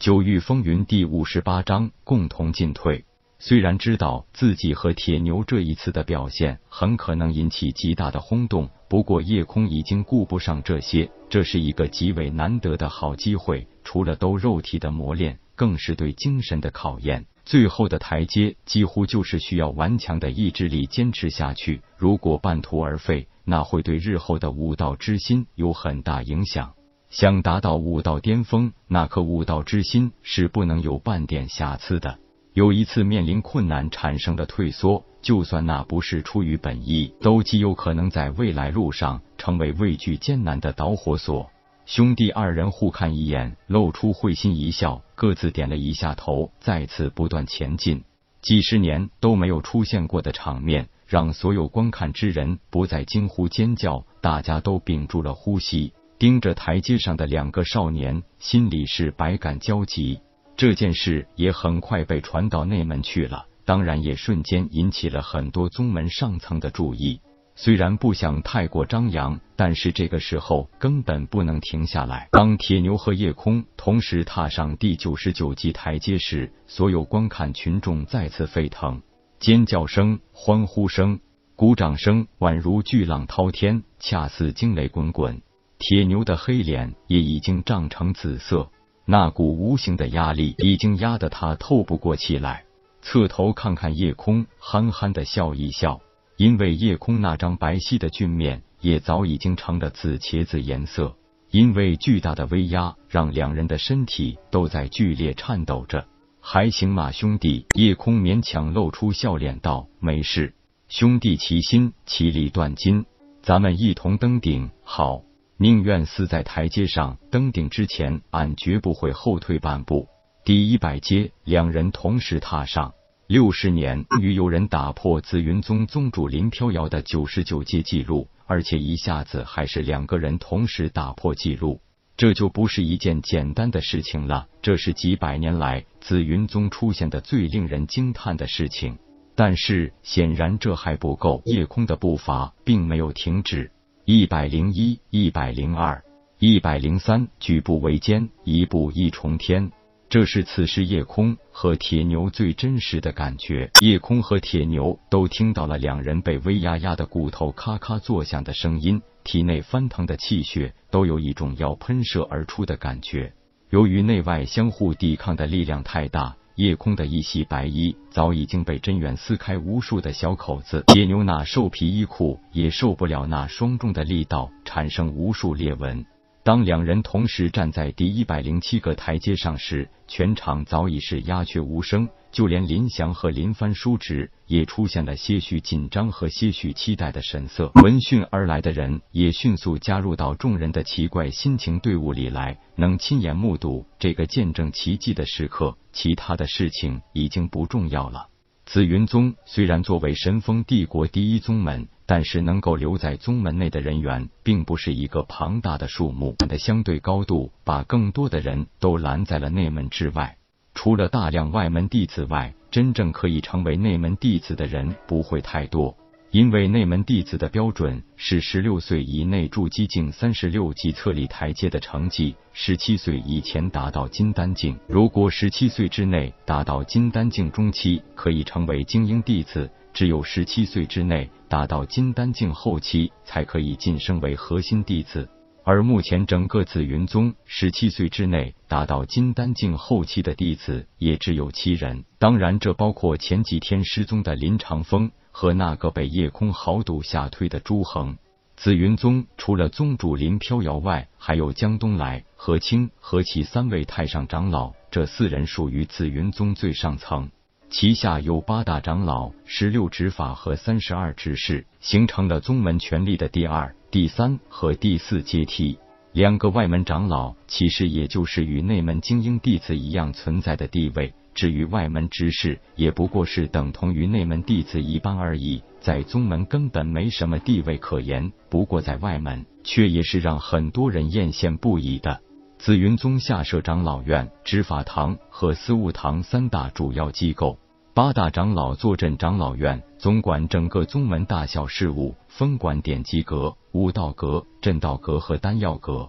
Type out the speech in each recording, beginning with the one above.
九域风云第58章共同进退。虽然知道自己和铁牛这一次的表现很可能引起极大的轰动，不过夜空已经顾不上这些，这是一个极为难得的好机会，除了斗肉体的磨练，更是对精神的考验。最后的台阶几乎就是需要顽强的意志力坚持下去，如果半途而废，那会对日后的武道之心有很大影响。想达到武道巅峰，那颗武道之心是不能有半点瑕疵的。有一次面临困难产生了退缩，就算那不是出于本意，都极有可能在未来路上成为畏惧艰难的导火索。兄弟二人互看一眼，露出会心一笑，各自点了一下头，再次不断前进。几十年都没有出现过的场面，让所有观看之人不再惊呼尖叫，大家都屏住了呼吸，盯着台阶上的两个少年，心里是百感交集。这件事也很快被传到内门去了，当然也瞬间引起了很多宗门上层的注意。虽然不想太过张扬，但是这个时候根本不能停下来。当铁牛和夜空同时踏上第99级台阶时，所有观看群众再次沸腾，尖叫声、欢呼声、鼓掌声宛如巨浪滔天，恰似惊雷滚滚。铁牛的黑脸也已经涨成紫色，那股无形的压力已经压得他透不过气来。侧头看看夜空，憨憨的笑一笑，因为夜空那张白皙的俊面也早已经成了紫茄子颜色。因为巨大的威压，让两人的身体都在剧烈颤抖着。还行吗，兄弟？夜空勉强露出笑脸道：没事，兄弟齐心，其利断金，咱们一同登顶。好，宁愿死在台阶上，登顶之前，俺绝不会后退半步。第100阶，两人同时踏上。60年，终于有人打破紫云宗宗主林飘摇的99阶纪录，而且一下子还是2个人同时打破纪录，这就不是一件简单的事情了。这是几百年来紫云宗出现的最令人惊叹的事情。但是显然这还不够，夜空的步伐并没有停止。101、102、103，举步维艰，一步一重天。这是此时夜空和铁牛最真实的感觉。夜空和铁牛都听到了两人被威压压的骨头咔咔作响的声音，体内翻腾的气血都有一种要喷射而出的感觉。由于内外相互抵抗的力量太大，夜空的一袭白衣早已经被真元撕开无数的小口子，铁牛那兽皮衣裤也受不了那霜重的力道，产生无数裂纹。当两人同时站在第107个台阶上时，全场早已是鸦雀无声，就连林翔和林帆叔侄也出现了些许紧张和些许期待的神色。闻讯而来的人也迅速加入到众人的奇怪心情队伍里来，能亲眼目睹这个见证奇迹的时刻，其他的事情已经不重要了。紫云宗虽然作为神风帝国第一宗门，但是能够留在宗门内的人员并不是一个庞大的数目，的相对高度把更多的人都拦在了内门之外。除了大量外门弟子外，真正可以成为内门弟子的人不会太多，因为内门弟子的标准是16岁以内筑基境36级测力台阶的成绩，17岁以前达到金丹境，如果17岁之内达到金丹境中期，可以成为精英弟子，只有17岁之内达到金丹境后期才可以晋升为核心弟子。而目前整个紫云宗17岁之内达到金丹境后期的弟子也只有7人，当然这包括前几天失踪的林长风和那个被夜空豪赌下推的朱恒。紫云宗除了宗主林飘摇外，还有江东来、何清、何其3位太上长老，这4人属于紫云宗最上层，旗下有8大长老、16执法和32执事，形成了宗门权力的第2、第3和第4阶梯。2个外门长老其实也就是与内门精英弟子一样存在的地位，至于外门执事也不过是等同于内门弟子一般而已，在宗门根本没什么地位可言，不过在外门却也是让很多人艳羡不已的。紫云宗下设长老院、执法堂和司务堂3大主要机构，8大长老坐镇长老院，总管整个宗门大小事务，分管典籍阁、武道阁、镇道阁和丹药阁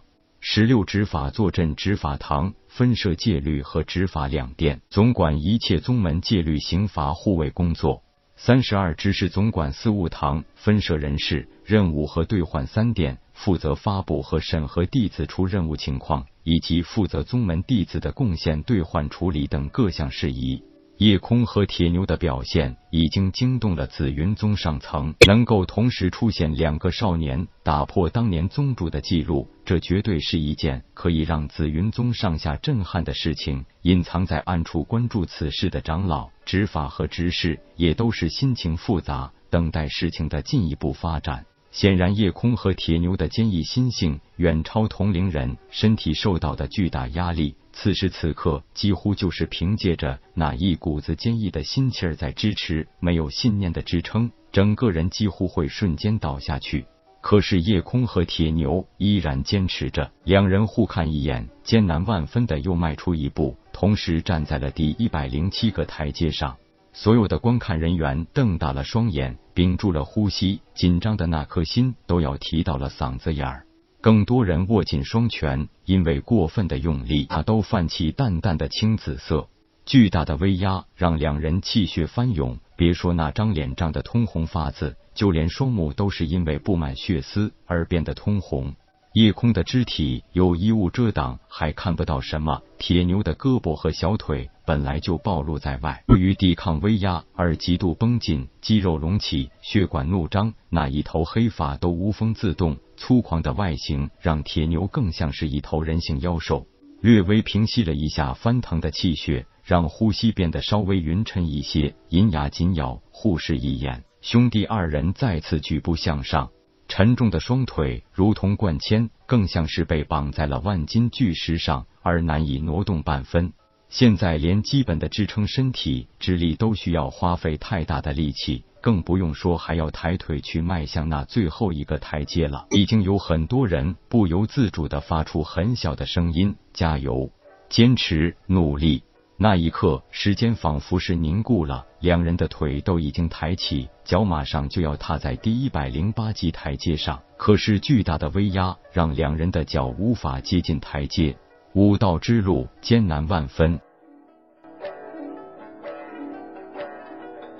16执法坐镇执法堂，分设戒律和执法两殿，总管一切宗门戒律刑罚护卫工作。32执事总管司务堂，分设人事、任务和兑换3殿，负责发布和审核弟子出任务情况，以及负责宗门弟子的贡献兑换处理等各项事宜。叶空和铁牛的表现已经惊动了紫云宗上层，能够同时出现2个少年，打破当年宗主的记录，这绝对是一件可以让紫云宗上下震撼的事情。隐藏在暗处关注此事的长老、执法和执事也都是心情复杂，等待事情的进一步发展。显然叶空和铁牛的坚毅心性远超同龄人，身体受到的巨大压力，此时此刻几乎就是凭借着那一股子坚毅的心气儿在支持，没有信念的支撑，整个人几乎会瞬间倒下去。可是叶空和铁牛依然坚持着，两人互看一眼，艰难万分的又迈出一步，同时站在了第107个台阶上。所有的观看人员瞪大了双眼，屏住了呼吸，紧张的那颗心都要提到了嗓子眼儿。更多人握紧双拳，因为过分的用力，都泛起淡淡的青紫色。巨大的威压让两人气血翻涌，别说那张脸涨得通红发紫，就连双目都是因为布满血丝而变得通红。叶空的肢体有衣物遮挡，还看不到什么。铁牛的胳膊和小腿本来就暴露在外，由于抵抗威压而极度绷紧，肌肉隆起，血管怒张，那一头黑发都无风自动。粗犷的外形让铁牛更像是一头人形妖兽。略微平息了一下翻腾的气血，让呼吸变得稍微匀称一些，银牙紧咬，互视一眼，兄弟二人再次举步向上。沉重的双腿如同灌铅，更像是被绑在了万斤巨石上，而难以挪动半分。现在连基本的支撑身体之力都需要花费太大的力气，更不用说还要抬腿去迈向那最后一个台阶了。已经有很多人不由自主地发出很小的声音：加油，坚持，努力。那一刻，时间仿佛是凝固了，两人的腿都已经抬起，脚马上就要踏在第108级台阶上。可是巨大的威压让两人的脚无法接近台阶，武道之路艰难万分。